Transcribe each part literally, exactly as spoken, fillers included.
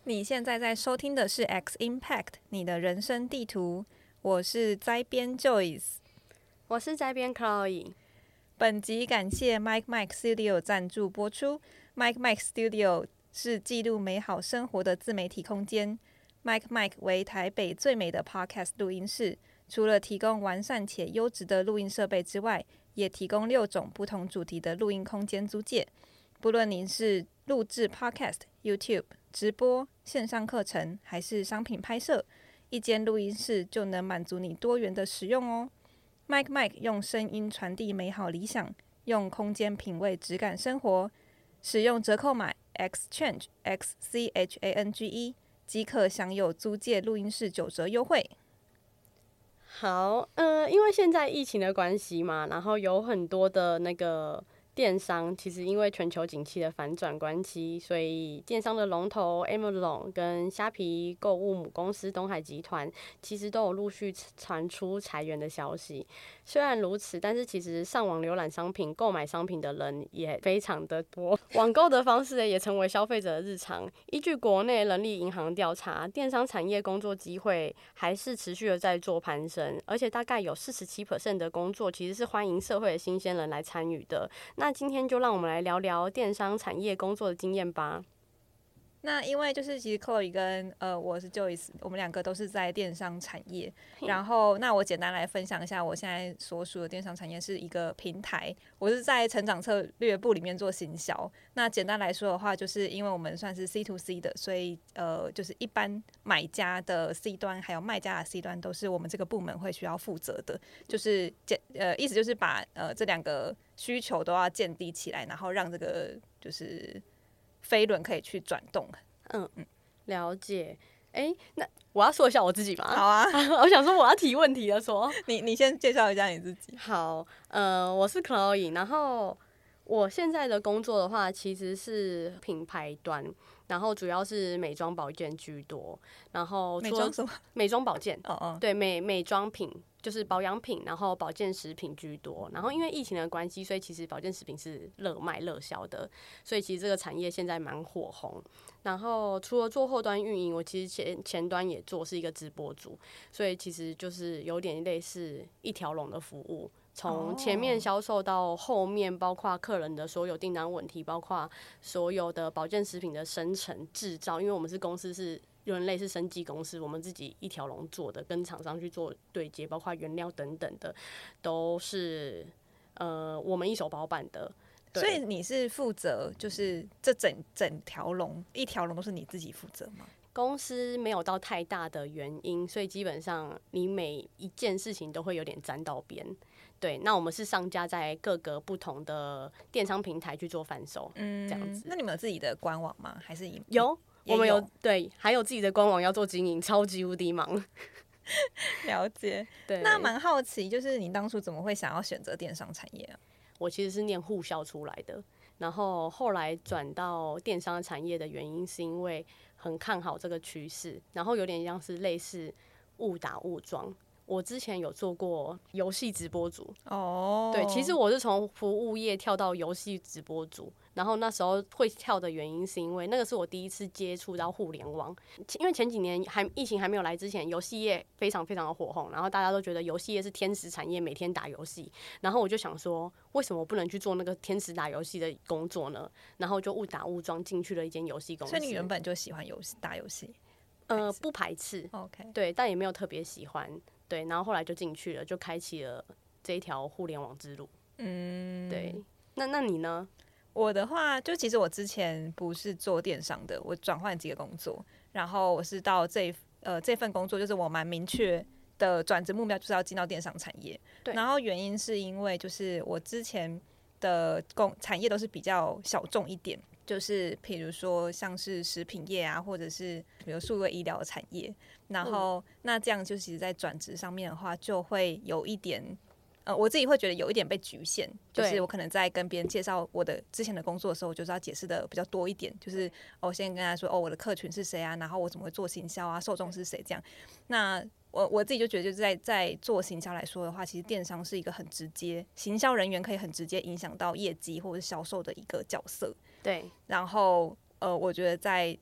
你现在在收听的是 X Impact 你的人生地图，我是摘编 Joyce， 我是摘编 Chloe。 本集感谢 Mike Mike Studio 赞助播出。Mike Mike Studio 是记录美好生活的自媒体空间。Mike Mike 为台北最美的 Podcast 录音室，除了提供完善且优质的录音设备之外，也提供六种不同主题的录音空间租借。不论您是录制 Podcast、YouTube、直播、线上课程，还是商品拍摄，一间录音室就能满足你多元的使用哦。Mike Mike 用声音传递美好理想，用空间品味质感生活。使用折扣码 Exchange X C H A N G E 即可享有租借录音室九折优惠。 好，呃，因为现在疫情的关系嘛，然后有很多的那个电商，其实因为全球景气的反转关系，所以电商的龙头 Amazon 跟虾皮购物母公司东海集团，其实都有陆续传出裁员的消息。虽然如此，但是其实上网浏览商品、购买商品的人也非常的多，网购的方式也成为消费者的日常。依据国内人力银行调查，电商产业工作机会还是持续的在做攀升，而且大概有 百分之四十七 的工作其实是欢迎社会的新鲜人来参与的。那今天就让我们来聊聊电商产业工作的经验吧。 那因为就是其实 Chloe 跟呃我是 Joyce， 我们两个都是在电商产业。然后那我简单来分享一下，我现在所属的电商产业是一个平台，我是在成长策略部里面做行销。那简单来说的话，就是因为我们算是 C to C 的，所以呃就是一般买家的 C 端还有卖家的 C 端都是我们这个部门会需要负责的，就是呃意思就是把呃这两个需求都要建立起来，然后让这个就是飞轮可以去转动。 嗯嗯，了解。哎、欸，那我要说一下我自己吗？ 好啊， 我想说我要提问题了说，说你你先介绍一下你自己。 好，呃，我是 Chloe， 然后我现在的工作的话，其实是品牌端，然后主要是美妆保健居多，然后美妆什么？ 美妆保健， 哦哦， 对，美美妆品。就是保养品，然后保健食品居多。然后因为疫情的关系，所以其实保健食品是热卖热销的，所以其实这个产业现在蛮火红。然后除了做后端运营，我其实前前端也做，是一个直播主，所以其实就是有点类似一条龙的服务。从前面销售到后面，包括客人的所有订单问题，包括所有的保健食品的生成制造，因为我们是公司是有点类似生技公司，我们自己一条龙做的，跟厂商去做对接，包括原料等等的，都是呃我们一手包办的。 所以你是负责就是这整整条龙一条龙都是你自己负责吗？ 公司没有到太大的原因，所以基本上你每一件事情都会有点沾到边。对，那我们是上架在各个不同的电商平台去做贩售，嗯，这样子。 那你们有自己的官网吗？还是有？ 有，我们有，对，还有自己的官网要做经营，超级无敌忙。 了解，对。那蛮好奇，就是你当初怎么会想要选择电商产业啊？ 我其实是念护校出来的，然后后来转到电商产业的原因是因为很看好这个趋势，然后有点像是类似误打误撞。我之前有做过游戏直播主哦，对，其实我是从服务业跳到游戏直播主，然后那时候会跳的原因是因为那个是我第一次接触到互联网，因为前几年还疫情还没有来之前，游戏业非常非常的火红，然后大家都觉得游戏业是天使产业，每天打游戏，然后我就想说，为什么我不能去做那个天使打游戏的工作呢？然后就误打误撞进去了一间游戏公司。 所以你原本就喜欢游戏打游戏？ 呃，不排斥 ，OK， 对，但也没有特别喜欢。对，然后后来就进去了，就开启了这一条互联网之路。嗯，对。那那你呢？ 我的话，就其实我之前不是做电商的，我转换几个工作，然后我是到这呃这份工作，就是我蛮明确的转职目标就是要进到电商产业。对。然后原因是因为就是我之前的工产业都是比较小众一点。就是比如说像是食品业啊，或者是比如数位医疗产业，然后、嗯、那这样就其实在转职上面的话就会有一点呃，我自己会觉得有一点被局限，就是我可能在跟别人介绍我的之前的工作的时候，我就是要解释的比较多一点，就是我先跟他说哦我的客群是谁啊，然后我怎么会做行销啊，受众是谁这样。那我我自己就觉得就是在在做行销来说的话，其实电商是一个很直接，行销人员可以很直接影响到业绩或者销售的一个角色。 对， 然后呃，我觉得在就是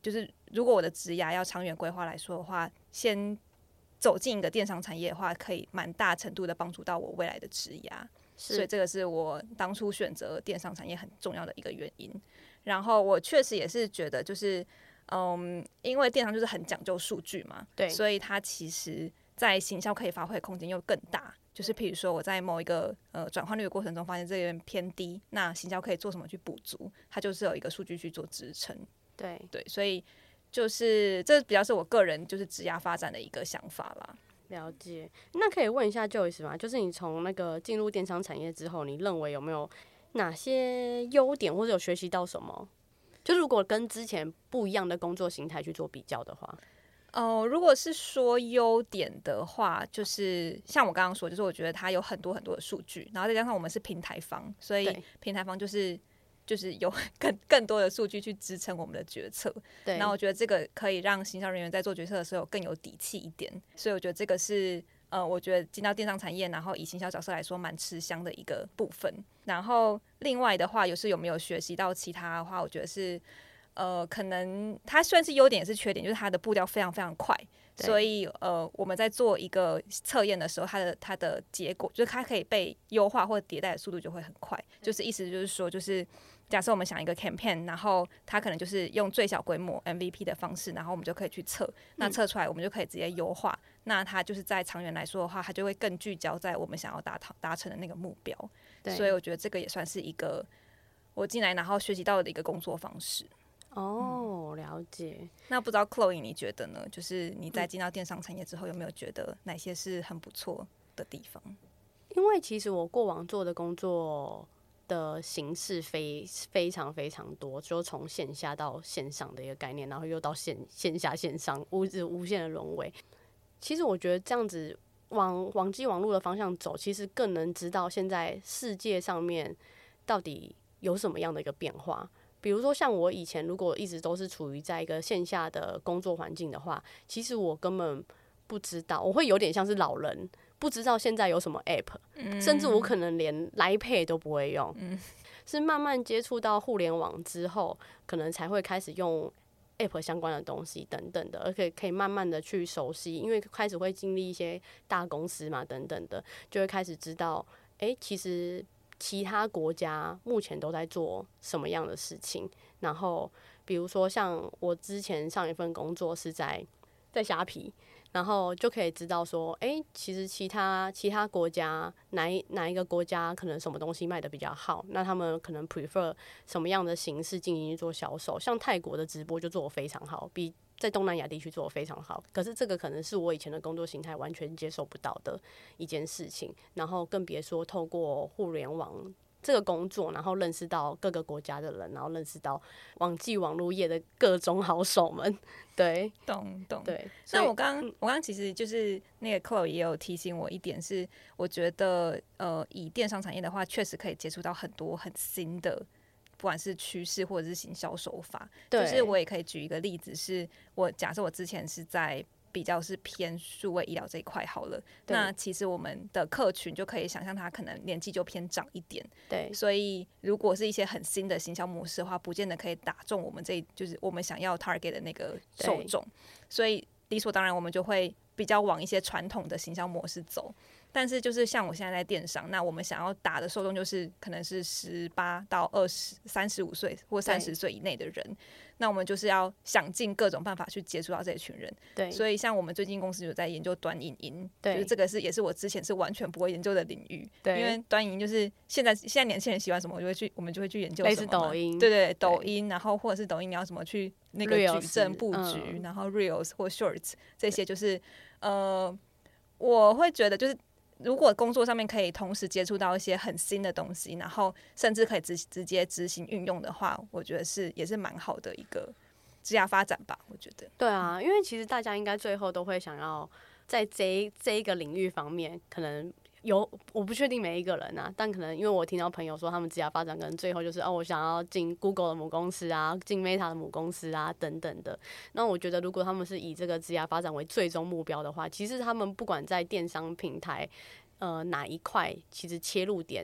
如果我的职涯要长远规划来说的话，先走进一个电商产业的话，可以蛮大程度的帮助到我未来的职涯，所以这个是我当初选择电商产业很重要的一个原因。然后我确实也是觉得，就是嗯，因为电商就是很讲究数据嘛，对，所以它其实在行销可以发挥的空间又更大。就是譬如说我在某一个呃转换率的过程中发现这边偏低，那行销可以做什么去补足？它就是有一个数据去做支撑。 对对，所以就是这比较是我个人就是职涯发展的一个想法啦。 了解。那可以问一下 Joyce 吗？就是你从那个进入电商产业之后，你认为有没有哪些优点，或者有学习到什么？就如果跟之前不一样的工作形态去做比较的话。 哦、呃，如果是说优点的话，就是像我刚刚说，就是我觉得它有很多很多的数据，然后再加上我们是平台方，所以平台方就是就是有更更多的数据去支撑我们的决策。对，那我觉得这个可以让行销人员在做决策的时候更有底气一点，所以我觉得这个是呃，我觉得进到电商产业，然后以行销角色来说，蛮吃香的一个部分。然后另外的话，有是有没有学习到其他的话，我觉得是。呃，可能它虽然是优点也是缺点，就是它的步调非常非常快，所以呃，我们在做一个测验的时候，它的它的结果就是它可以被优化或迭代的速度就会很快。就是意思就是说，就是假设我们想一个 campaign， 然后它可能就是用最小规模 M V P 的方式，然后我们就可以去测，那测出来我们就可以直接优化。嗯、那它就是在长远来说的话，它就会更聚焦在我们想要达达成的那个目标。所以我觉得这个也算是一个我进来然后学习到的一个工作方式。 哦，了解。 那不知道 Chloe 你觉得呢？就是你在进到电商产业之后，有没有觉得哪些是很不错的地方？ 因为其实我过往做的工作的形式非非常非常多，就从线下到线上的一个概念，然后又到线线下线上，无无限的轮回。其实我觉得这样子往网际网络的方向走，其实更能知道现在世界上面到底有什么样的一个变化。比如说像我以前如果一直都是处于在一个线下的工作环境的话，其实我根本不知道，我会有点像是老人，不知道现在有什么 app，嗯、甚至我可能连 Line Pay 都不会用，嗯、是慢慢接触到互联网之后，可能才会开始用 app 相关的东西等等的，而且可以慢慢的去熟悉，因为开始会经历一些大公司嘛等等的，就会开始知道，哎、欸，其实其他国家目前都在做什么样的事情。然后比如说像我之前上一份工作是在在虾皮，然后就可以知道说，哎、欸，其实其他其他国家哪一哪一个国家可能什么东西卖得比较好，那他们可能 prefer 什么样的形式进行去做销售。像泰国的直播就做得非常好，比在东南亚地区做得非常好，可是这个可能是我以前的工作形态完全接受不到的一件事情，然后更别说透过互联网这个工作，然后认识到各个国家的人，然后认识到网际网络业的各种好手们。对， 懂懂。 对， 那我刚我刚其实就是那个 Chloe 也有提醒我一点是，我觉得呃，以电商产业的话，确实可以接触到很多很新的。不管是趋势或者是行销手法，就是我也可以举一个例子，是我假设我之前是在比较是偏数位医疗这一块好了，那其实我们的客群就可以想象他可能年纪就偏长一点，对，所以如果是一些很新的行销模式的话，不见得可以打中我们这就是我们想要 target 的那个受众，所以理所当然我们就会比较往一些传统的行销模式走。但是就是像我现在在电商，那我们想要打的受众就是可能是十八到二十、三十五岁或三十岁以内的人，那我们就是要想尽各种办法去接触到这一群人。对，所以像我们最近公司有在研究短影音，就是这个是也是我之前是完全不会研究的领域。对，因为短影音就是现在现在年轻人喜欢什么，我就会去我们就会去研究什么嘛。类似抖音，对 对, 对，抖音，然后或者是抖音你要怎么去那个矩阵布局，嗯、然后 Reels 或 Shorts 这些就是呃，我会觉得就是。如果工作上面可以同时接触到一些很新的东西，然后甚至可以直直接执行运用的话，我觉得是也是蛮好的一个职业发展吧。我觉得对啊，因为其实大家应该最后都会想要在这一这一个领域方面，可能有我不确定每一个人啊，但可能因为我听到朋友说他们职业发展可能最后就是哦，我想要进 Google 的母公司啊，进 Meta 的母公司啊等等的。那我觉得如果他们是以这个职业发展为最终目标的话，其实他们不管在电商平台呃哪一块，其实切入点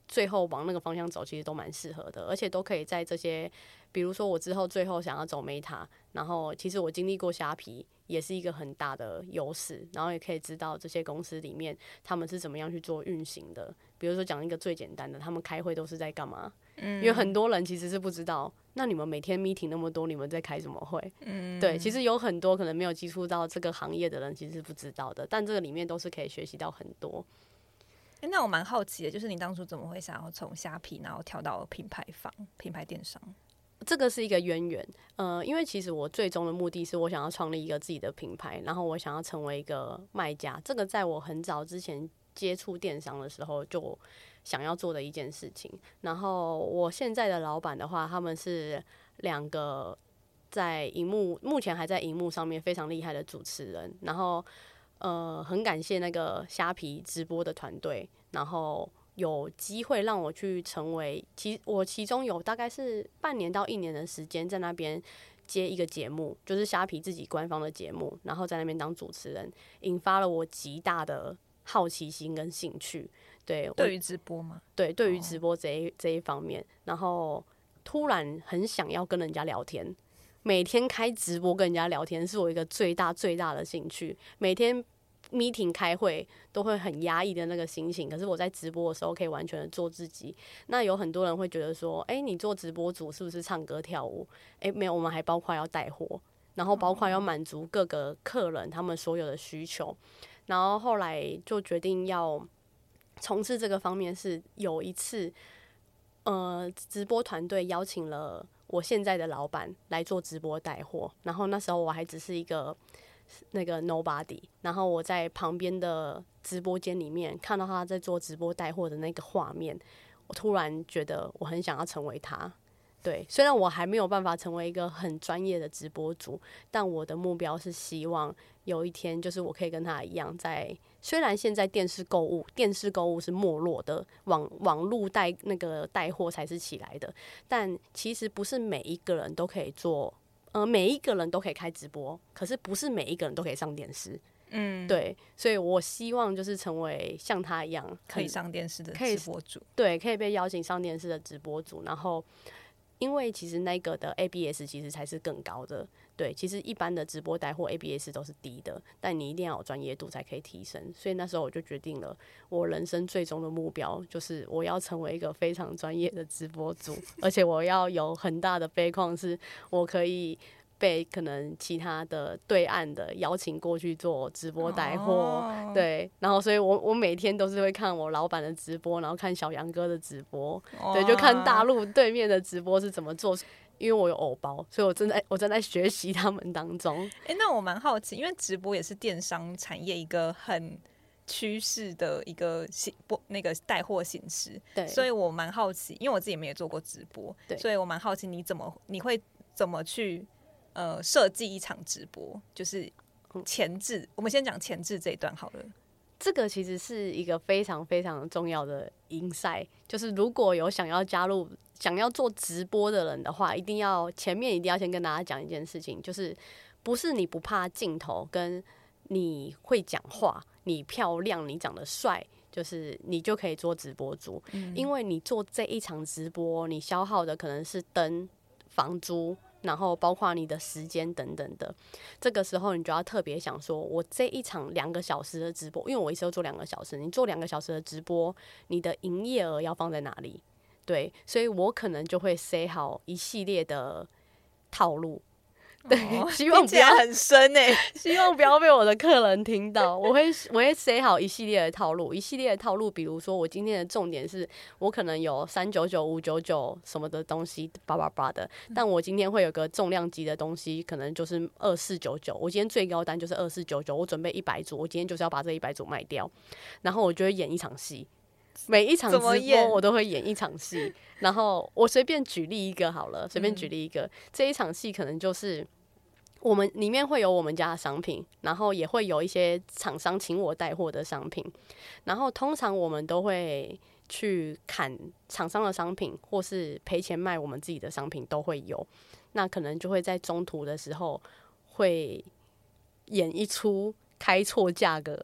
最后往那个方向走，其实都蛮适合的，而且都可以在这些，比如说我之后最后想要走 Meta， 然后其实我经历过虾皮，也是一个很大的优势，然后也可以知道这些公司里面他们是怎么样去做运行的。比如说讲一个最简单的，他们开会都是在干嘛？嗯，因为很多人其实是不知道，那你们每天 meeting 那么多，你们在开什么会？嗯，对，其实有很多可能没有接触到这个行业的人，其实是不知道的，但这个里面都是可以学习到很多。 欸、那我蛮好奇的，就是你当初怎么会想要从虾皮然后跳到品牌方、品牌电商？ 这个是一个渊源，呃，因为其实我最终的目的是我想要创立一个自己的品牌，然后我想要成为一个卖家。这个在我很早之前接触电商的时候就想要做的一件事情。然后我现在的老板的话，他们是两个在荧幕目前还在荧幕上面非常厉害的主持人，然后呃，很感谢那个虾皮直播的团队，然后有机会让我去成为，其我其中有大概是半年到一年的时间在那边接一个节目，就是虾皮自己官方的节目，然后在那边当主持人，引发了我极大的好奇心跟兴趣。对， 对于直播吗？ 对，对于直播这一、哦、这一方面，然后突然很想要跟人家聊天。每天开直播跟人家聊天是我一个最大最大的兴趣，每天 meeting 开会都会很压抑的那个心情，可是我在直播的时候可以完全的做自己。那有很多人会觉得说，哎、欸，你做直播主是不是唱歌跳舞？哎、欸，没有，我们还包括要带货，然后包括要满足各个客人他们所有的需求。然后后来就决定要从事这个方面，是有一次，呃，直播团队邀请了我现在的老板来做直播带货，然后那时候我还只是一个那个 nobody， 然后我在旁边的直播间里面看到他在做直播带货的那个画面，我突然觉得我很想要成为他。对，虽然我还没有办法成为一个很专业的直播主，但我的目标是希望有一天就是我可以跟他一样，在虽然现在电视购物电视购物是没落的，网网路带那个带货才是起来的，但其实不是每一个人都可以做，呃，每一个人都可以开直播，可是不是每一个人都可以上电视。嗯，对，所以我希望就是成为像他一样可以上电视的直播主， 对，可以被邀请上电视的直播主，然后。因为其实那个的 A B S 其实才是更高的，对，其实一般的直播带货 A B S 都是低的，但你一定要有专业度才可以提升。所以那时候我就决定了，我人生最终的目标就是我要成为一个非常专业的直播主，而且我要有很大的背框，是我可以被可能其他的对岸的邀请过去做直播带货、哦，对，然后所以我我每天都是会看我老板的直播，然后看小杨哥的直播，对，就看大陆对面的直播是怎么做。因为我有偶包，所以我正在我正在学习他们当中。 哎、欸，那我蛮好奇，因为直播也是电商产业一个很趋势的一个那个带货形式，对，所以我蛮好奇，因为我自己没有做过直播，对，所以我蛮好奇你怎么你会怎么去。呃，设计一场直播就是前置，我们先讲前置这一段好了。 这个其实是一个非常非常重要的 insight， 就是如果有想要加入、想要做直播的人的话，一定要前面一定要先跟大家讲一件事情，就是不是你不怕镜头，跟你会讲话、你漂亮、你长得帅，就是你就可以做直播主、嗯，因为你做这一场直播，你消耗的可能是灯、房租。然后包括你的时间等等的，这个时候你就要特别想说，我这一场两个小时的直播，因为我一次要做两个小时，你做两个小时的直播，你的营业额要放在哪里？对，所以我可能就会 say 好一系列的套路。对，哦、希望不要很深哎、欸， 希望不要被我的客人听到。我会我会 say 好一系列的套路，一系列的套路，比如说我今天的重点是我可能有三九九、五九九什么的东西，叭叭叭的，但我今天会有个重量级的东西，可能就是二四九九。我今天最高单就是二四九九，我准备一百组，我今天就是要把这一百组卖掉，然后我就会演一场戏。每一场直播我都会演一场戏，然后我随便举例一个好了，随便举例一个，嗯、这一场戏可能就是我们里面会有我们家的商品，然后也会有一些厂商请我带货的商品，然后通常我们都会去砍厂商的商品，或是赔钱卖我们自己的商品都会有，那可能就会在中途的时候会演一出开错价格。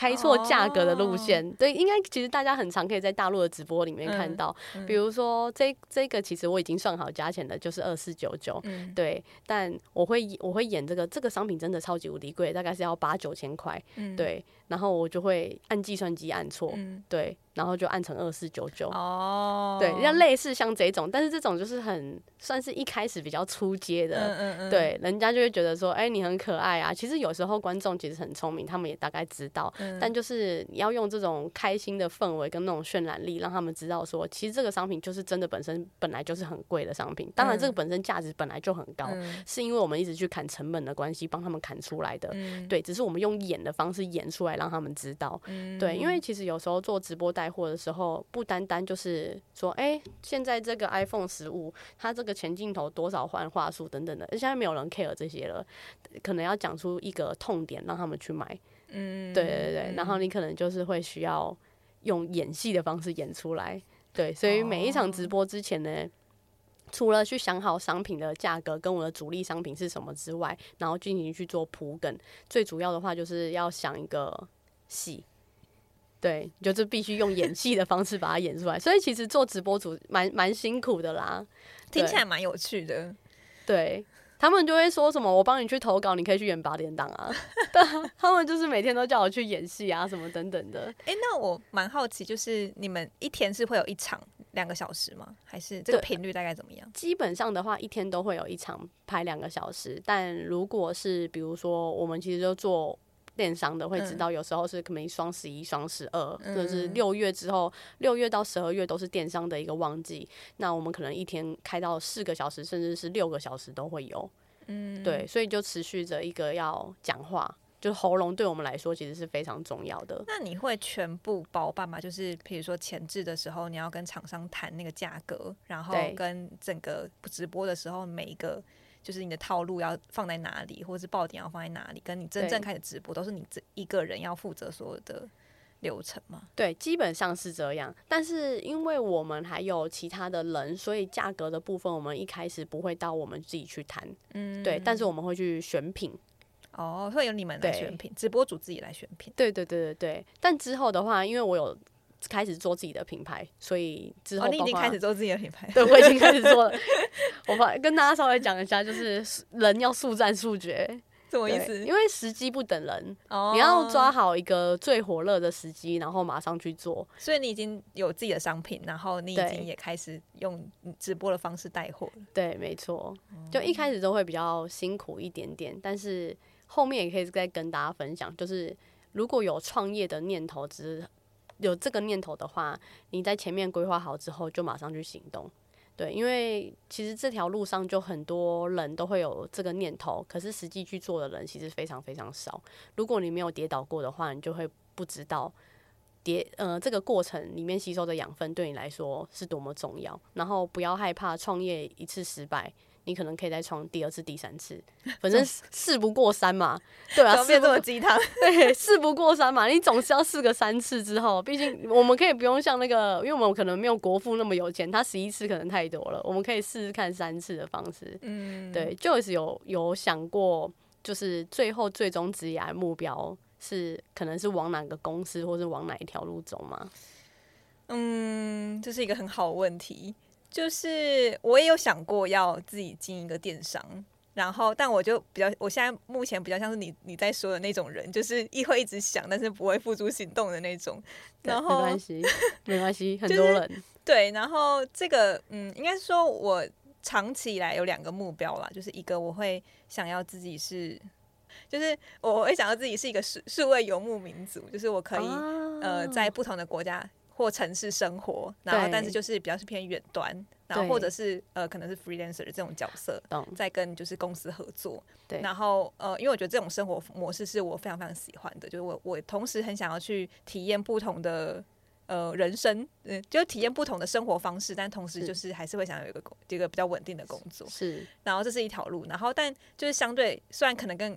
开错价格的路线。哦、对，应该其实大家很常可以在大陆的直播里面看到，嗯嗯、比如说这这个其实我已经算好价钱的，就是二四九九，对，但我会我会演这个这个商品真的超级无敌贵，大概是要八九千块，嗯、对，然后我就会按计算机按错，嗯、对。然后就按成二四九九哦，对，像类似像这种，但是这种就是很算是一开始比较初阶的，嗯嗯嗯对，人家就会觉得说，哎、欸，你很可爱啊。其实有时候观众其实很聪明，他们也大概知道，嗯、但就是你要用这种开心的氛围跟那种渲染力，让他们知道说，其实这个商品就是真的本身本来就是很贵的商品。当然，这个本身价值本来就很高，嗯、是因为我们一直去砍成本的关系，帮他们砍出来的。嗯、对，只是我们用演的方式演出来，让他们知道。嗯、对，因为其实有时候做直播带货的时候，不单单就是说，哎、欸，现在这个 iPhone 十五，它这个前镜头多少换画素等等的，现在没有人 care 这些了，可能要讲出一个痛点让他们去买。嗯，对对对，然后你可能就是会需要用演戏的方式演出来。对，所以每一场直播之前呢，除了去想好商品的价格跟我的主力商品是什么之外，然后进行去做铺梗，最主要的话就是要想一个戏。对，就是必须用演戏的方式把它演出来，所以其实做直播主蛮蛮辛苦的啦， 听起来蛮有趣的。 对，他们就会说什么我帮你去投稿，你可以去演八点档啊。对啊，他们就是每天都叫我去演戏啊，什么等等的。 哎、欸，那我蛮好奇，就是你们一天是会有一场两个小时吗？还是这个频率大概怎么样？ 基本上的话，一天都会有一场拍两个小时，但如果是比如说我们其实就做。电商的会知道，有时候是可能双十一、双十二，就是六月之后，六月到十二月都是电商的一个旺季。那我们可能一天开到四个小时，甚至是六个小时都会有。嗯，对，所以就持续着一个要讲话，就是喉咙对我们来说其实是非常重要的。 那你会全部包办吗？就是比如说前置的时候，你要跟厂商谈那个价格，然后跟整个直播的时候每一个。就是你的套路要放在哪里，或者是爆点要放在哪里，跟你真正开始直播都是你一个人要负责所有的流程吗？ 对，基本上是这样。但是因为我们还有其他的人，所以价格的部分我们一开始不会到我们自己去谈。嗯，对，但是我们会去选品。 哦，会有你们来选品，直播主自己来选品。 对对对对对。但之后的话，因为我有。开始做自己的品牌，所以之后、哦、 你已经开始做自己的品牌， 对，我已经开始做了。我跟大家稍微讲一下，就是人要速战速决， 什么意思？ 因为时机不等人、哦，你要抓好一个最火热的时机，然后马上去做。 所以你已经有自己的商品，然后你已经也开始用直播的方式带货了。 对，没错，就一开始都会比较辛苦一点点，但是后面也可以再跟大家分享，就是如果有创业的念头，只是。有这个念头的话，你在前面规划好之后，就马上去行动。对，因为其实这条路上就很多人都会有这个念头，可是实际去做的人其实非常非常少。如果你没有跌倒过的话，你就会不知道跌呃这个过程里面吸收的养分对你来说是多么重要。然后不要害怕创业一次失败。你可能可以再创第二次、第三次，反正事不过三嘛。对啊， 怎么变这么鸡汤？ 对，事不过三嘛，你总是要试个三次之后。毕竟我们可以不用像那个，因为我们可能没有国父那么有钱，他十一次可能太多了，我们可以试试看三次的方式。嗯，对，就是有有想过，就是最后最终职业目标是可能是往哪个公司，或是往哪一条路走吗？ 嗯，这是一个很好的问题。就是我也有想过要自己经营一个电商，然后但我就比较，我现在目前比较像是你你在说的那种人，就是一会一直想，但是不会付诸行动的那种。然后没关系，没关系，很多人、 就是、对。然后这个嗯，应该说我长期以来有两个目标啦，就是一个我会想要自己是。就是我会想要自己是一个数位游牧民族，就是我可以、啊、呃在不同的国家或城市生活，然后但是就是比较是偏远端，然后或者是呃可能是 freelancer 这种角色，在跟就是公司合作。对，然后呃因为我觉得这种生活模式是我非常非常喜欢的，就是我我同时很想要去体验不同的呃人生，嗯，就体验不同的生活方式，但同时就是还是会想有一个一个比较稳定的工作。是，然后这是一条路，然后但就是相对虽然可能跟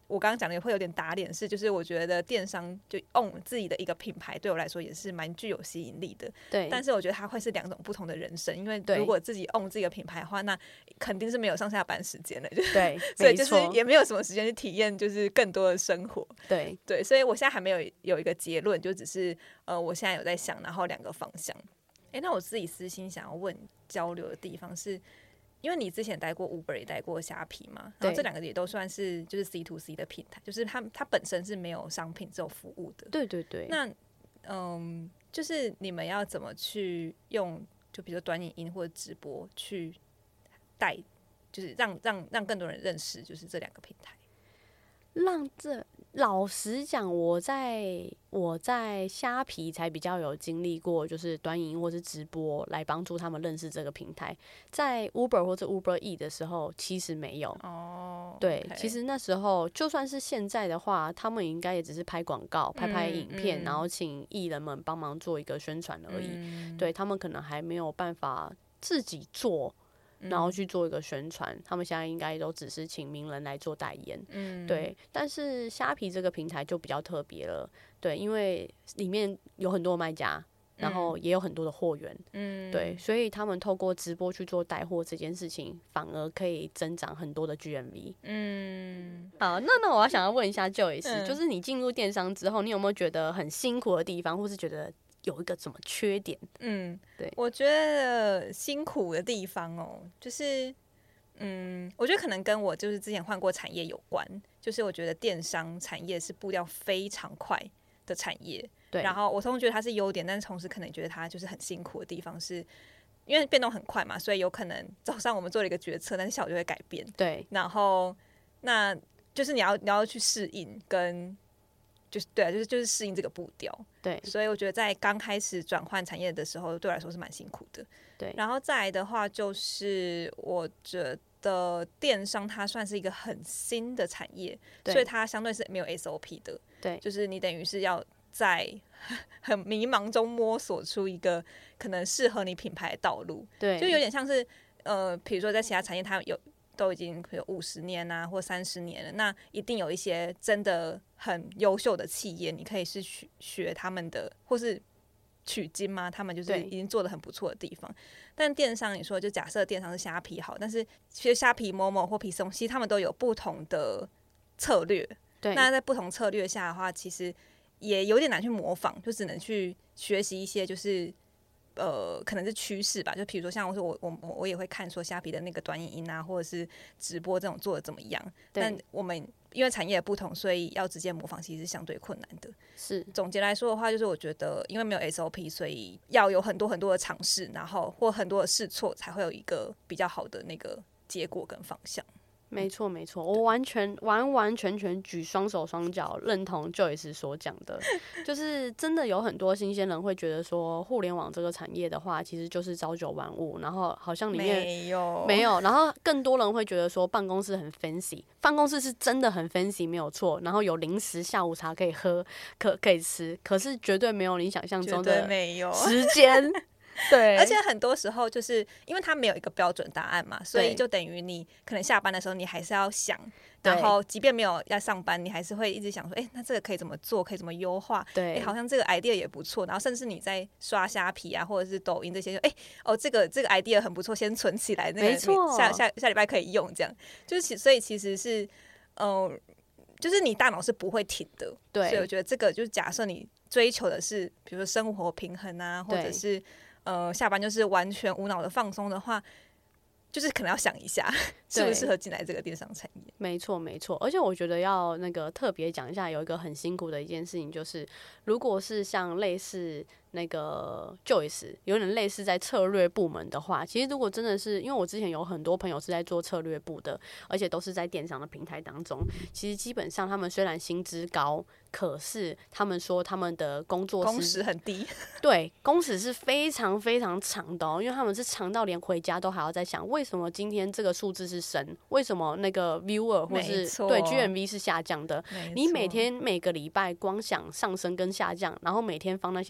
我刚刚讲的也会有点打脸，是就是我觉得电商就 own 自己的一个品牌，对我来说也是蛮具有吸引力的。 对， 但是我觉得它会是两种不同的人生，因为如果自己 own 自己的品牌的话，那肯定是没有上下班时间的，就是对， 所以就是也没有什么时间去体验就是更多的生活。 对对，所以我现在还没有有一个结论，就只是呃，我现在有在想，然后两个方向。哎、欸，那我自己私心想要问交流的地方是，因为你之前待过 Uber 也待过虾皮嘛，然后这两个也都算是就是 C to C 的平台，就是它它本身是没有商品只有服务的。 对对对。 那嗯，就是你们要怎么去用，就比如说短影音或者直播去带，就是让让让更多人认识，就是这两个平台。 让这老实讲，我在我在虾皮才比较有经历过，就是短影音或是直播来帮助他们认识这个平台。在 Uber 或者 Uber E 的时候，其实没有。 哦， 对， okay. 其实那时候就算是现在的话，他们应该也只是拍广告、拍拍影片，嗯嗯、然后请艺人们帮忙做一个宣传而已。嗯、对他们可能还没有办法自己做。然后去做一个宣传，他们现在应该都只是请名人来做代言，嗯，对。但是虾皮这个平台就比较特别了，对，因为里面有很多卖家，然后也有很多的货源，嗯，对，所以他们透过直播去做带货这件事情，反而可以增长很多的 G M V。嗯，好，那那我要想要问一下 Joyce，、嗯、就是你进入电商之后，你有没有觉得很辛苦的地方，或是觉得有一个什么缺点？ 嗯，对，我觉得辛苦的地方哦，就是嗯，我觉得可能跟我就是之前换过产业有关，就是我觉得电商产业是步调非常快的产业，对。然后我同时觉得它是优点，但是同时可能觉得它就是很辛苦的地方是，因为变动很快嘛，所以有可能早上我们做了一个决策，但是下午就会改变，对。然后那就是你要你要去适应跟。就是对啊，就是就是适应这个步调，对，所以我觉得在刚开始转换产业的时候，对我来说是蛮辛苦的，对。然后再来的话，就是我觉得电商它算是一个很新的产业，所以它相对是没有 S O P 的，对，就是你等于是要在很迷茫中摸索出一个可能适合你品牌的道路，对，就有点像是呃，比如说在其他产业它有。都已经有五十年啊，或三十年了，那一定有一些真的很优秀的企业，你可以是学学他们的，或是取经吗？他们就是已经做得很不错的地方。但电商，你说就假设电商是虾皮好，但是其实虾皮、某某或皮松，其实他们都有不同的策略。对，那在不同策略下的话，其实也有点难去模仿，就只能去学习一些就是。呃，可能是趋势吧，就比如说像我说我我我也会看说虾皮的那个短影音啊，或者是直播这种做的怎么样。但我们因为产业不同，所以要直接模仿其实是相对困难的。是总结来说的话，就是我觉得因为没有 S O P， 所以要有很多很多的尝试，然后或很多的试错，才会有一个比较好的那个结果跟方向。 没错没错，我完全完完全全举双手双脚认同 Joyce 所讲的，就是真的有很多新鲜人会觉得说，互联网这个产业的话，其实就是朝九晚五，然后好像里面没有没有，然后更多人会觉得说，办公室很 fancy， 办公室是真的很 fancy 没有错，然后有零食下午茶可以喝，可可以吃，可是绝对没有你想象中的时间。对， 而且很多时候就是因为它没有一个标准答案嘛，所以就等于你可能下班的时候你还是要想，然后即便没有要上班，你还是会一直想说，哎、欸，那这个可以怎么做，可以怎么优化？对，哎、欸，好像这个 idea 也不错。然后甚至你在刷虾皮啊，或者是抖音这些，哎、欸，哦，这个这个 idea 很不错，先存起来，那个下下下礼拜可以用，这样就是所以其实是，嗯、呃，就是你大脑是不会停的。对，所以我觉得这个就是假设你追求的是，比如说生活平衡啊，或者是。呃，下班就是完全无脑的放松的话，就是可能要想一下适不适合进来这个电商产业。 没错没错，而且我觉得要那个特别讲一下，有一个很辛苦的一件事情，就是如果是像类似那个 Joyce 有点类似在策略部门的话，其实如果真的是因为我之前有很多朋友是在做策略部的，而且都是在电商的平台当中，其实基本上他们虽然薪资高，可是他们说他们的工作工时很低， 对，工时是非常非常长的哦，因为他们是长到连回家都还要在想，为什么今天这个数字是升，为什么那个 viewer 或是对 G M V 是下降的，你每天每个礼拜光想上升跟下降，然后每天放那些数字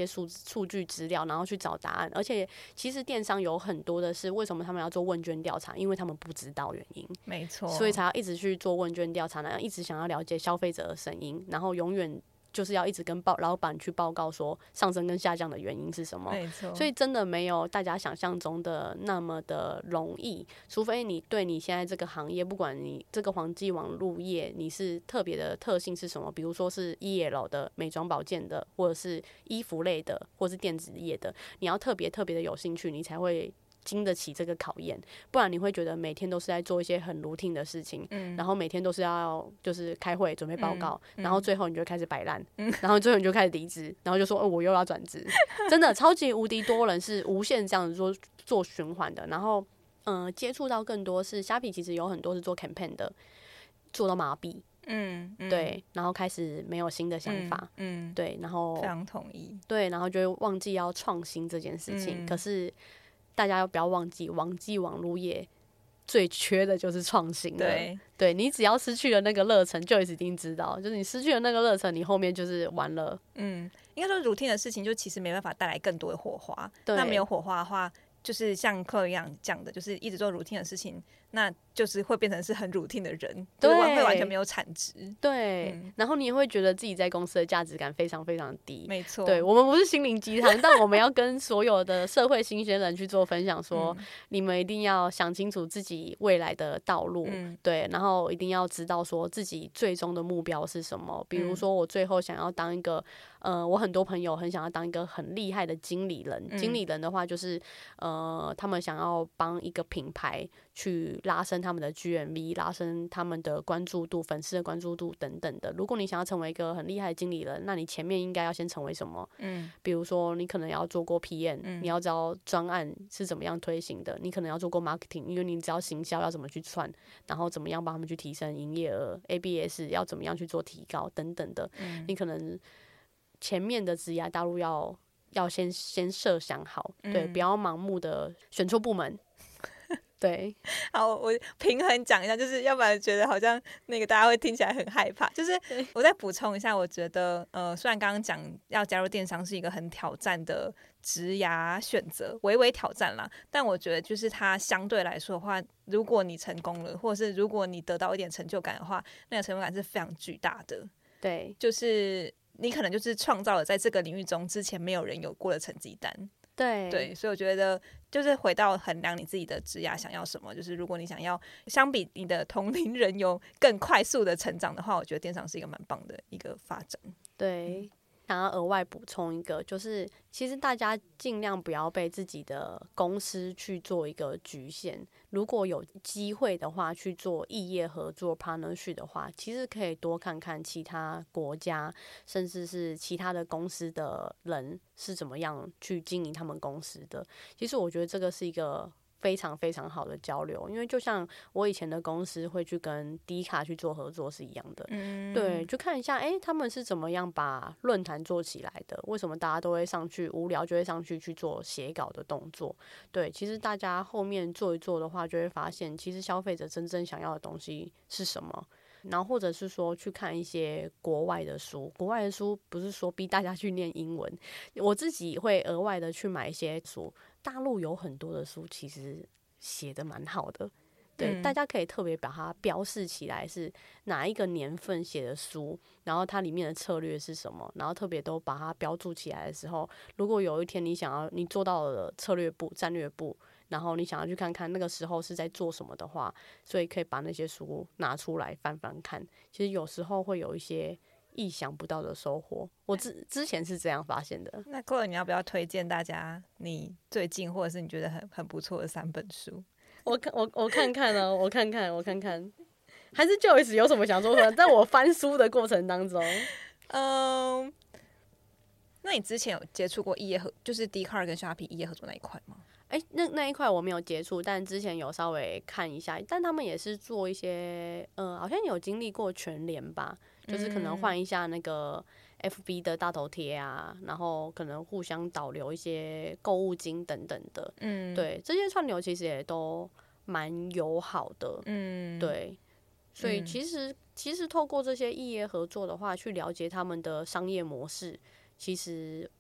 数据资料，然后去找答案。而且其实电商有很多的是为什么他们要做问卷调查，因为他们不知道原因， 没错， 所以才要一直去做问卷调查，然后一直想要了解消费者的声音，然后永远就是要一直跟报老板去报告说上升跟下降的原因是什么。 没错， 所以真的没有大家想象中的那么的容易，除非你对你现在这个行业，不管你这个黄金网路业你是特别的特性是什么，比如说是 E L 的美妆保健的，或者是衣服类的，或者是电子业的，你要特别特别的有兴趣，你才会经得起这个考验，不然你会觉得每天都是在做一些很 routine 的事情，嗯、然后每天都是要就是开会准备报告，嗯、然后最后你就开始摆烂，嗯、然后最后你就开始离职，然后就说哦我又要转职，真的超级无敌多人是无限这样子做做循环的，然后嗯、呃、接触到更多是虾皮其实有很多是做 campaign 的，做到麻痹。嗯, 嗯，对，然后开始没有新的想法，嗯，嗯对，然后非常同意， 对，然后就会忘记要创新这件事情，嗯、可是。大家不要忘记，网际网路业最缺的就是创新了。对，对你只要失去了那个热忱，就一定知道，就是你失去了那个热忱，你后面就是完了。 嗯，应该说 routine 的事情，就其实没办法带来更多的火花。那没有火花的话，就是像Chloe一样讲的，就是一直做 routine 的事情，那就是会变成是很 routine 的人，对，就是会完全没有产值。 对、嗯，然后你也会觉得自己在公司的价值感非常非常低。 没错， 对，我们不是心灵鸡汤，但我们要跟所有的社会新鲜人去做分享说，说、嗯、你们一定要想清楚自己未来的道路，嗯、对，然后一定要知道说自己最终的目标是什么。比如说，我最后想要当一个，呃，我很多朋友很想要当一个很厉害的经理人。嗯、经理人的话，就是呃，他们想要帮一个品牌去拉升他们的 G M V， 拉升他们的关注度、粉丝的关注度等等的。如果你想要成为一个很厉害的经理人，那你前面应该要先成为什么？嗯，比如说你可能要做过 P M，嗯、你要知道专案是怎么样推行的。你可能要做过 marketing， 因为你知道行销要怎么去串，然后怎么样帮他们去提升营业额 ，A B S 要怎么样去做提高等等的。嗯、你可能前面的职涯道路要要先先设想好，对，嗯、不要盲目的选错部门。对， 好，我平衡讲一下，就是要不然觉得好像那个大家会听起来很害怕。就是我再补充一下，我觉得呃，虽然刚刚讲要加入电商是一个很挑战的职涯选择，微微挑战啦，但我觉得就是它相对来说的话，如果你成功了，或者是如果你得到一点成就感的话，那个成就感是非常巨大的。 对， 就是你可能就是创造了在这个领域中之前没有人有过的成绩单。 对对，所以我觉得就是回到衡量你自己的职业想要什么，就是如果你想要相比你的同龄人有更快速的成长的话，我觉得电商是一个蛮棒的一个发展。 对，想要额外补充一个，就是其实大家尽量不要被自己的公司去做一个局限，如果有机会的话去做异业合作 partnership 的话，其实可以多看看其他国家甚至是其他的公司的人是怎么样去经营他们公司的。其实我觉得这个是一个非常非常好的交流，因为就像我以前的公司会去跟 D 卡去做合作是一样的。嗯，对，就看一下哎、欸，他们是怎么样把论坛做起来的，为什么大家都会上去无聊就会上去去做写稿的动作。对，其实大家后面做一做的话，就会发现其实消费者真正想要的东西是什么。然后或者是说去看一些国外的书，国外的书不是说逼大家去念英文，我自己会额外的去买一些书，大陆有很多的书其实写得蛮好的，对、嗯，大家可以特别把它标示起来是哪一个年份写的书，然后它里面的策略是什么，然后特别都把它标注起来的时候，如果有一天你想要你做到了策略部、战略部，然后你想要去看看那个时候是在做什么的话，所以可以把那些书拿出来翻翻看，其实有时候会有一些意想不到的收获。我之之前是这样发现的。 那 Chloe 你要不要推荐大家你最近或者是你觉得很很不错的三本书？ 我看我我看看哦，我看看我看看，还是 Joyce 有什么想说的？在我翻书的过程当中， 嗯，那你之前有接触过异业合，就是 Dcard 跟虾皮异业合作那一块吗？ 哎、欸，那那一块我没有接触，但之前有稍微看一下，但他们也是做一些，呃，好像有经历过全联吧，就是可能换一下那个 F B 的大头贴啊，然后可能互相导流一些购物金等等的，嗯，对，这些串流其实也都蛮友好的，嗯，对，所以其实、嗯、其实透过这些异业合作的话，去了解他们的商业模式，其实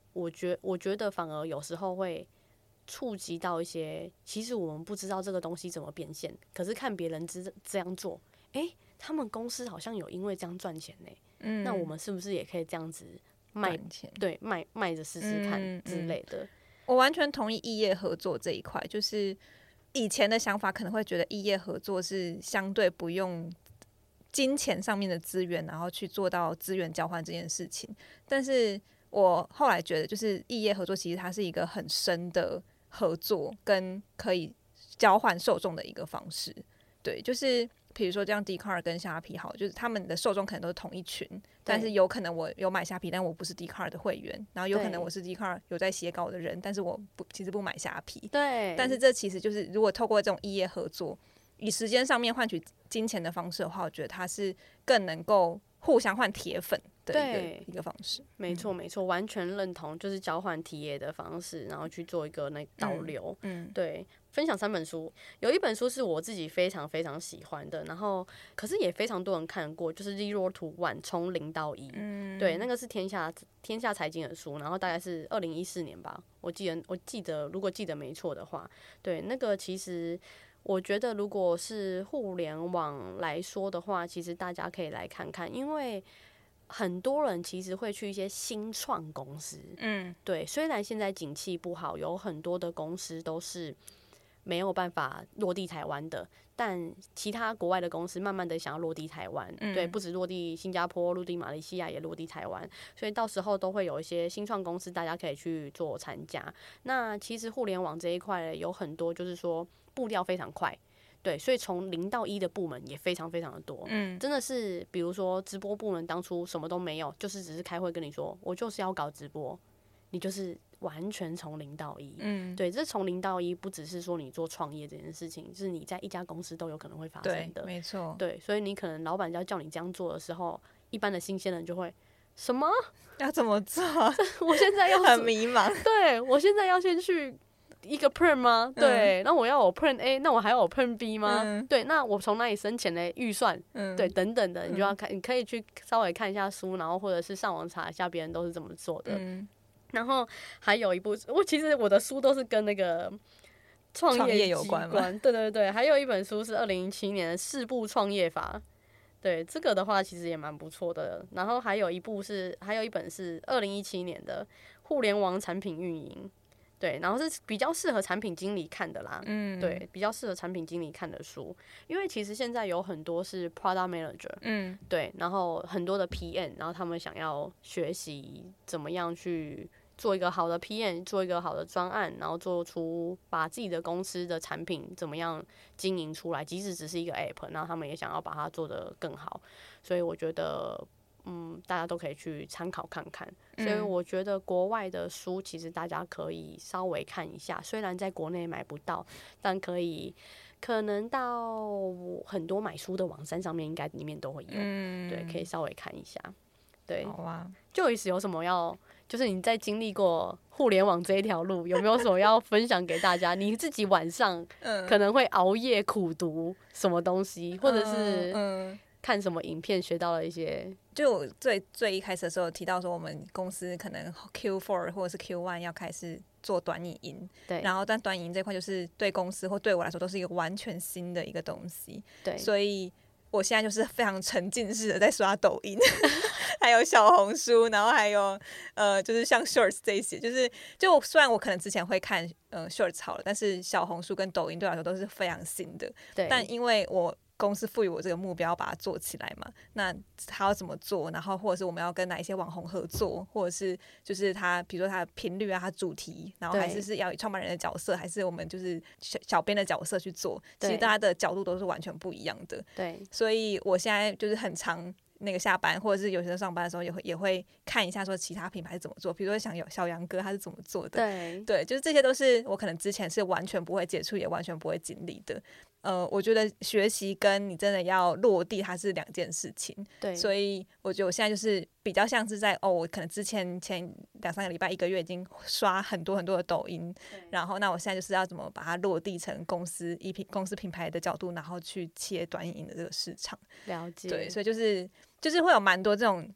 我觉我觉得反而有时候会触及到一些，其实我们不知道这个东西怎么变现，可是看别人这这样做，哎、欸，他们公司好像有因为这样赚钱呢、欸，嗯，那我们是不是也可以这样子卖钱？对，卖卖着试试看之类的、嗯嗯。 我完全同意异业合作这一块，就是以前的想法可能会觉得异业合作是相对不用金钱上面的资源，然后去做到资源交换这件事情，但是我后来觉得，就是异业合作其实它是一个很深的合作跟可以交换受众的一个方式。对，就是比如说这样 Dcard 跟虾皮好，就是他们的受众可能都是同一群，但是有可能我有买虾皮，但我不是 Dcard 的会员，然后有可能我是 Dcard 有在写稿的人，但是我不其实不买虾皮。 对， 但是这其实就是如果透过这种异业合作，以时间上面换取金钱的方式的话，我觉得它是更能够互相换铁粉的一个一个方式。 没错没错，完全认同，就是交换体验的方式，然后去做一个那导流。嗯，嗯对。分享三本书，有一本书是我自己非常非常喜欢的，然后可是也非常多人看过，就是 Zero to One 从零到一。嗯，对，那个是天下天下财经的书，然后大概是二零一四年吧，我记得我记得如果记得没错的话，对，那个其实。我觉得，如果是互联网来说的话，其实大家可以来看看，因为很多人其实会去一些新创公司，嗯，对。虽然现在景气不好，有很多的公司都是没有办法落地台湾的，但其他国外的公司慢慢的想要落地台湾，嗯，对，不止落地新加坡、落地马来西亚，也落地台湾，所以到时候都会有一些新创公司，大家可以去做参加。那其实互联网这一块有很多，就是说。步调非常快，对，所以从零到一的部门也非常非常的多，嗯，真的是，比如说直播部门当初什么都没有，就是只是开会跟你说，我就是要搞直播，你就是完全从零到一，嗯，对，这从零到一不只是说你做创业这件事情，是你在一家公司都有可能会发生的， 没错， 对，所以你可能老板要叫你这样做的时候，一般的新鲜人就会什么要怎么做？ 我现在要很迷茫， 对我现在要先去。一个 plan 吗？对，那、嗯、我要有 plan A， 那我还要有 plan B 吗？嗯、对，那我从哪里生钱的预算？嗯、对，等等的，你就要看，你可以去稍微看一下书，然后或者是上网查一下别人都是怎么做的。嗯、然后还有一部，我其实我的书都是跟那个创业有关嘛。 对对对，还有一本书是二零一七年的《四步创业法》。对，这个的话其实也蛮不错的。然后还有一部是，还有一本是二零一七年的《互联网产品运营》。对，然后是比较适合产品经理看的啦，嗯，对，比较适合产品经理看的书，因为其实现在有很多是 product manager， 嗯，对，然后很多的 P M， 然后他们想要学习怎么样去做一个好的 P M， 做一个好的专案，然后做出把自己的公司的产品怎么样经营出来，即使只是一个 app， 然后他们也想要把它做得更好，所以我觉得。嗯，大家都可以去参考看看，所以我觉得国外的书其实大家可以稍微看一下，虽然在国内买不到，但可以可能到很多买书的网站上面应该里面都会有，嗯，对，可以稍微看一下。对， 好啊。 Joyce有什么要，就是你在经历过互联网这一条路，有没有什么要分享给大家？你自己晚上可能会熬夜苦读什么东西，或者是嗯。看什么影片学到了一些， 就我最最一开始的时候提到说，我们公司可能 Q 四 或者是 Q 一 要开始做短影音，对，然后但短影音这块就是对公司或对我来说都是一个完全新的一个东西，对，所以我现在就是非常沉浸式的在刷抖音，还有小红书，然后还有呃，就是像 Shorts 这些，就是就虽然我可能之前会看呃 Shorts 好了，但是小红书跟抖音对我来说都是非常新的，对，但因为我。公司赋予我这个目标，把它做起来嘛。那他要怎么做？然后或者是我们要跟哪一些网红合作，或者是就是他，比如说他的频率啊，他主题，然后还是是要以创办人的角色，还是我们就是小小编的角色去做。其实大家的角度都是完全不一样的。对，所以我现在就是很常。那个下班或者是有些人上班的时候也会也会看一下说其他品牌是怎么做，比如说想有小杨哥他是怎么做的，对对，就是这些都是我可能之前是完全不会接触也完全不会经历的。呃，我觉得学习跟你真的要落地它是两件事情，对，所以我觉得我现在就是比较像是在哦，我可能之前前两三个礼拜一个月已经刷很多很多的抖音，然后那我现在就是要怎么把它落地成公司一品公司品牌的角度，然后去切短影音的这个市场，了解，对，所以就是就是会有蛮多这种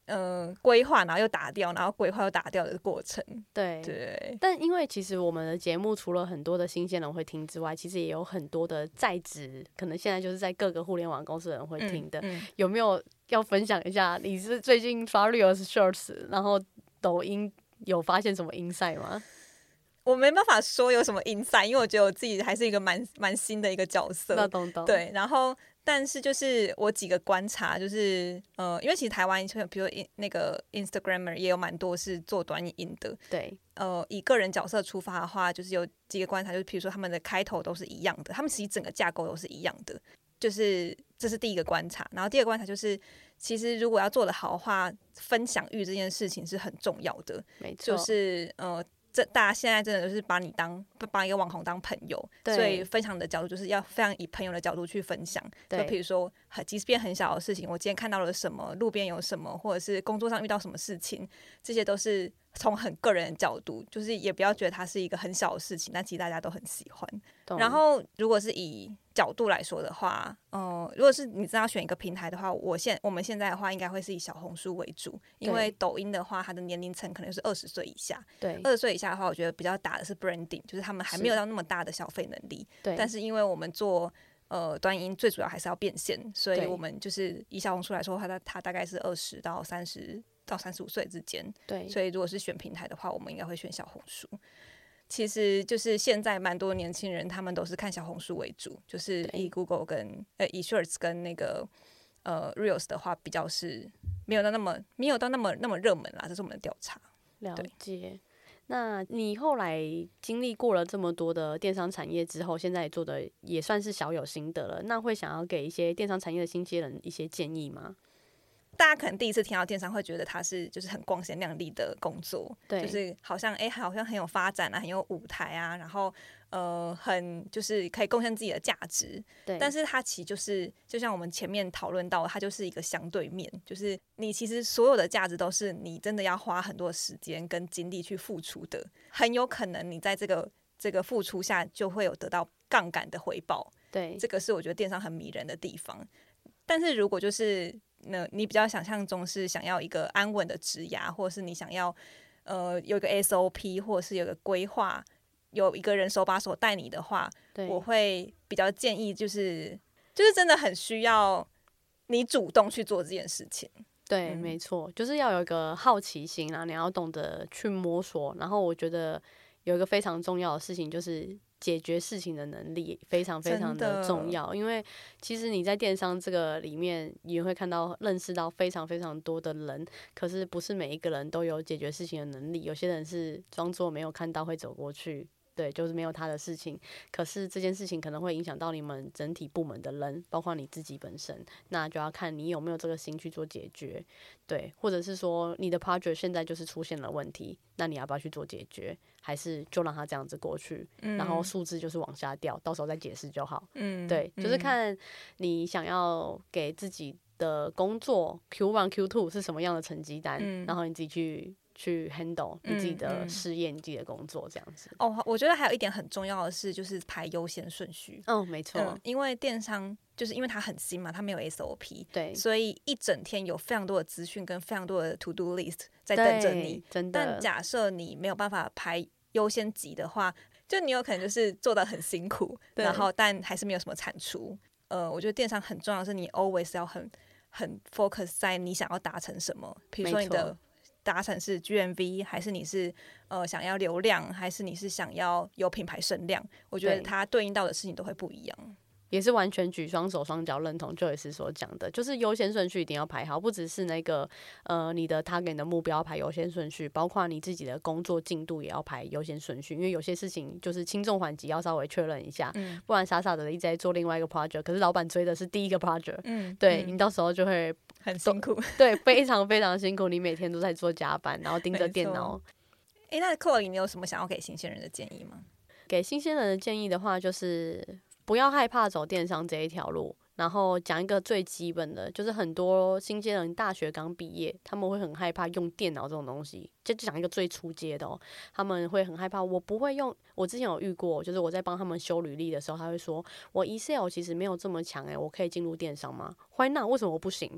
呃规划，然后又打掉，然后规划又打掉的过程。 对对。 但因为其实我们的节目除了很多的新鲜人会听之外，其实也有很多的在职，可能现在就是在各个互联网公司的人会听的。嗯嗯、有没有要分享一下？你是最近刷 Reels Shorts， 然后抖音有发现什么 insight 吗？ 我没办法说有什么 insight， 因为我觉得我自己还是一个蛮蛮新的一个角色。 那懂懂。 对，然后但是就是我几个观察，就是呃，因为其实台湾比如那个 Instagrammer 也有蛮多是做短影音的。 对。 呃，以个人角色出发的话，就是有几个观察，就是比如说他们的开头都是一样的，他们其实整个架构都是一样的，就是这是第一个观察。然后第二个观察就是，其实如果要做得好的话，分享欲这件事情是很重要的。 没错。 就是呃。这大家现在真的就是把你当把一个网红当朋友，所以分享的角度就是要非常以朋友的角度去分享。就比如说，即便很小的事情，我今天看到了什么，路边有什么，或者是工作上遇到什么事情，这些都是从很个人的角度，就是也不要觉得它是一个很小的事情，但其实大家都很喜欢。然后，如果是以角度来说的话，嗯、呃，如果是你真的要选一个平台的话，我现我们现在的话，应该会是以小红书为主，因为抖音的话，它的年龄层可能是二十岁以下。 对， 二十岁以下的话，我觉得比较打的是 branding， 就是他们还没有到那么大的消费能力。对，但是因为我们做呃短影音，最主要还是要变现，所以我们就是以小红书来说，它它大概是二十到三十到三十五岁之间。对，所以如果是选平台的话，我们应该会选小红书。其实就是现在蛮多年轻人，他们都是看小红书为主，就是以 Google 跟呃以 Shorts 跟那个呃 Reels 的话，比较是没有到那么没有到那么那么热门啦，这是我们的调查。 了解。那你后来经历过了这么多的电商产业之后，现在做的也算是小有心得了，那会想要给一些电商产业的新鲜人一些建议吗？ 大家可能第一次听到电商会觉得它是就是很光鲜亮丽的工作，对，就是好像哎、欸、好像很有发展啊，很有舞台啊，然后呃很就是可以贡献自己的价值，对。但是它其实就是就像我们前面讨论到的，它就是一个相对面，就是你其实所有的价值都是你真的要花很多时间跟精力去付出的，很有可能你在这个这个付出下就会有得到杠杆的回报，对，这个是我觉得电商很迷人的地方。但是如果就是那你比较想象中是想要一个安稳的职涯，或者是你想要呃有一个 S O P， 或者是有个规划，有一个人手把手带你的话，我会比较建议就是就是真的很需要你主动去做这件事情。 对，嗯、没错，就是要有一个好奇心啊，你要懂得去摸索。然后我觉得有一个非常重要的事情就是解决事情的能力非常非常的重要，因为其实你在电商这个里面也会看到认识到非常非常多的人，可是不是每一个人都有解决事情的能力，有些人是装作没有看到会走过去，对，就是没有他的事情，可是这件事情可能会影响到你们整体部门的人，包括你自己本身，那就要看你有没有这个心去做解决，对，或者是说你的 project 现在就是出现了问题，那你要不要去做解决，还是就让它这样子过去，嗯、然后数字就是往下掉，到时候再解释就好，嗯，对，就是看你想要给自己的工作 Q 一 Q 二 是什么样的成绩单，嗯、然后你自己去去 handle 你自己的事业、嗯嗯、你自己的工作这样子。 哦，我觉得还有一点很重要的是，就是排优先顺序。 嗯，没错、嗯， 因为电商就是因为它很新嘛，它没有 S O P， 对，所以一整天有非常多的资讯跟非常多的 to do list 在等着你。真的。但假设你没有办法排优先级的话，就你有可能就是做得很辛苦，然后但还是没有什么产出。呃，我觉得电商很重要的是，你 always 要很很 focus 在你想要达成什么，比如说你的达成是 G M V， 还是你是呃想要流量，还是你是想要有品牌声量，我觉得它对应到的事情都会不一样。 也是完全举双手双脚认同 Joyce 所讲的，就是优先顺序一定要排好，不只是那个呃你的 target 的目标排优先顺序，包括你自己的工作进度也要排优先顺序，因为有些事情就是轻重缓急要稍微确认一下、嗯、不然傻傻的一直在做另外一个 project， 可是老板追的是第一个 project， 嗯，对、嗯、你到时候就会很辛苦， 对，非常非常辛苦，你每天都在做加班，然后盯着电脑。 欸，那 Chloe 你有什么想要给新鲜人的建议吗？ 给新鲜人的建议的话，就是不要害怕走电商这一条路，然后讲一个最基本的，就是很多新鲜人大学刚毕业，他们会很害怕用电脑这种东西，就讲一个最初阶的哦，他们会很害怕，我不会用。我之前有遇过，就是我在帮他们修履历的时候，他会说我 Excel 其实没有这么强诶，我可以进入电商吗？ Why not？ 为什么我不行？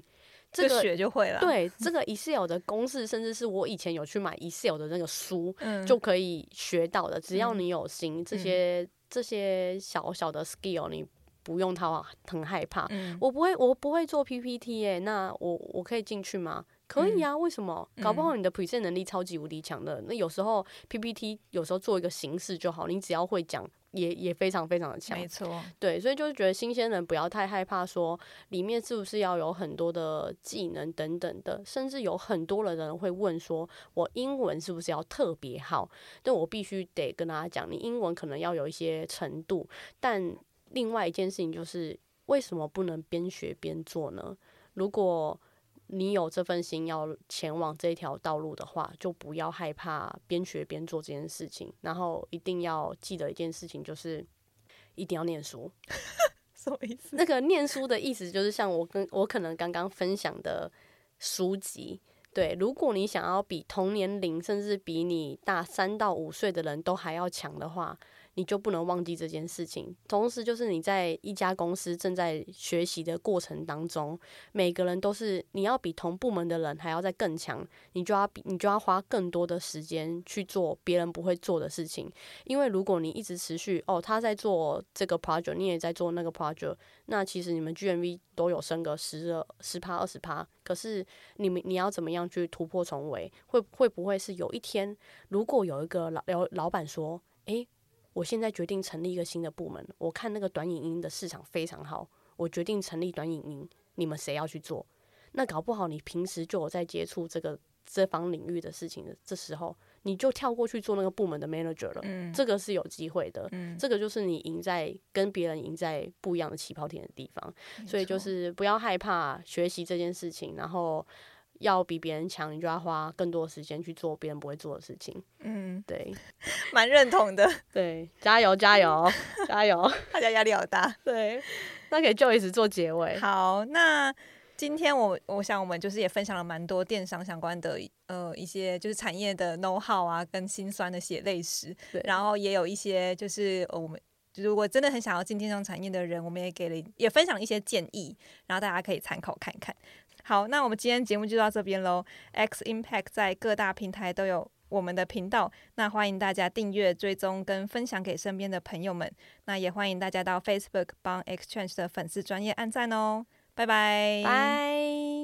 这个就学就会了。 对，这个 Excel 的公式，甚至是我以前有去买 Excel 的那个书， 嗯、 就可以学到的。只要你有心， 嗯、 这些、嗯、这些小小的 skill 你不用它很害怕。 嗯、 我不会，我不会做 P P T 耶、欸，那我我可以进去吗？可以啊，为什么？搞不好你的 present 能力超级无敌强的。那有时候 P P T 有时候做一个形式就好，你只要会讲，也也非常非常的强。 没错， 对，所以就是觉得新鲜人不要太害怕说里面是不是要有很多的技能等等的，甚至有很多的人会问说，我英文是不是要特别好？但我必须得跟大家讲，你英文可能要有一些程度，但另外一件事情就是为什么不能边学边做呢？如果你有这份心要前往这条道路的话，就不要害怕边学边做这件事情，然后一定要记得一件事情，就是一定要念书。 什么意思？ 那个念书的意思就是像我跟我可能刚刚分享的书籍，对，如果你想要比同年龄甚至比你大三到五岁的人都还要强的话，你就不能忘记这件事情。同时就是你在一家公司正在学习的过程当中，每个人都是你要比同部门的人还要再更强，你就要比你就要花更多的时间去做别人不会做的事情。因为如果你一直持续哦他在做这个 project， 你也在做那个 project， 那其实你们 G M V 都有升个十十趴二十趴，可是你们你要怎么样去突破重围？会会不会是有一天，如果有一个老老板说，诶，我现在决定成立一个新的部门，我看那个短影音的市场非常好，我决定成立短影音，你们谁要去做？那搞不好你平时就有在接触这个这方领域的事情的，这时候你就跳过去做那个部门的 manager 了，嗯、这个是有机会的，嗯、这个就是你赢在跟别人赢在不一样的起跑点的地方，所以就是不要害怕学习这件事情，然后要比别人强，你就要花更多的时间去做别人不会做的事情。嗯，对， 蛮认同的。 对，加油加油加油！ 大家压力好大。 对，那给 Joyce 做结尾。 好，那今天我我想我们就是也分享了蛮多电商相关的呃一些就是产业的 know how 啊，跟辛酸的血泪史，然后也有一些就是呃我们。如果真的很想要进电商产业的人，我们也给了也分享了一些建议，然后大家可以参考看看。好，那我们今天节目就到这边咯。X Impact 在各大平台都有我们的频道，那欢迎大家订阅、追踪跟分享给身边的朋友们。那也欢迎大家到 Facebook 帮 Exchange 的粉丝专页按赞哦。拜拜， 拜。